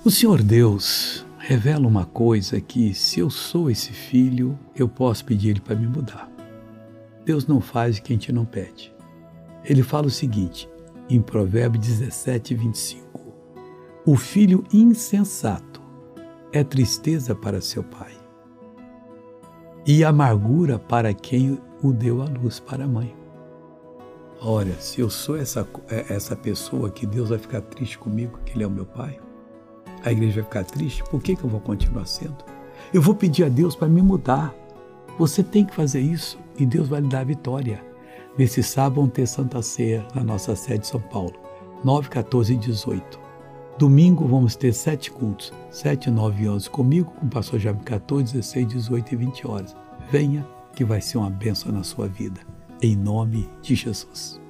O Senhor Deus revela uma coisa que, se eu sou esse filho, eu posso pedir Ele para me mudar. Deus não faz o que a gente não pede. Ele fala o seguinte, em Provérbios 17, 25. O filho insensato é tristeza para seu pai e amargura para quem o deu à luz, para a mãe. Olha, se eu sou essa pessoa que Deus vai ficar triste comigo, que Ele é o meu pai, a igreja vai ficar triste, por que eu vou continuar sendo? Eu vou pedir a Deus para me mudar. Você tem que fazer isso e Deus vai lhe dar a vitória. Nesse sábado vamos ter Santa Ceia na nossa sede de São Paulo, 9, 14 e 18. Domingo vamos ter 7 cultos, 7, 9 e 11 comigo, com o pastor Jaime 14, 16, 18 e 20 horas. Venha que vai ser uma bênção na sua vida. Em nome de Jesus.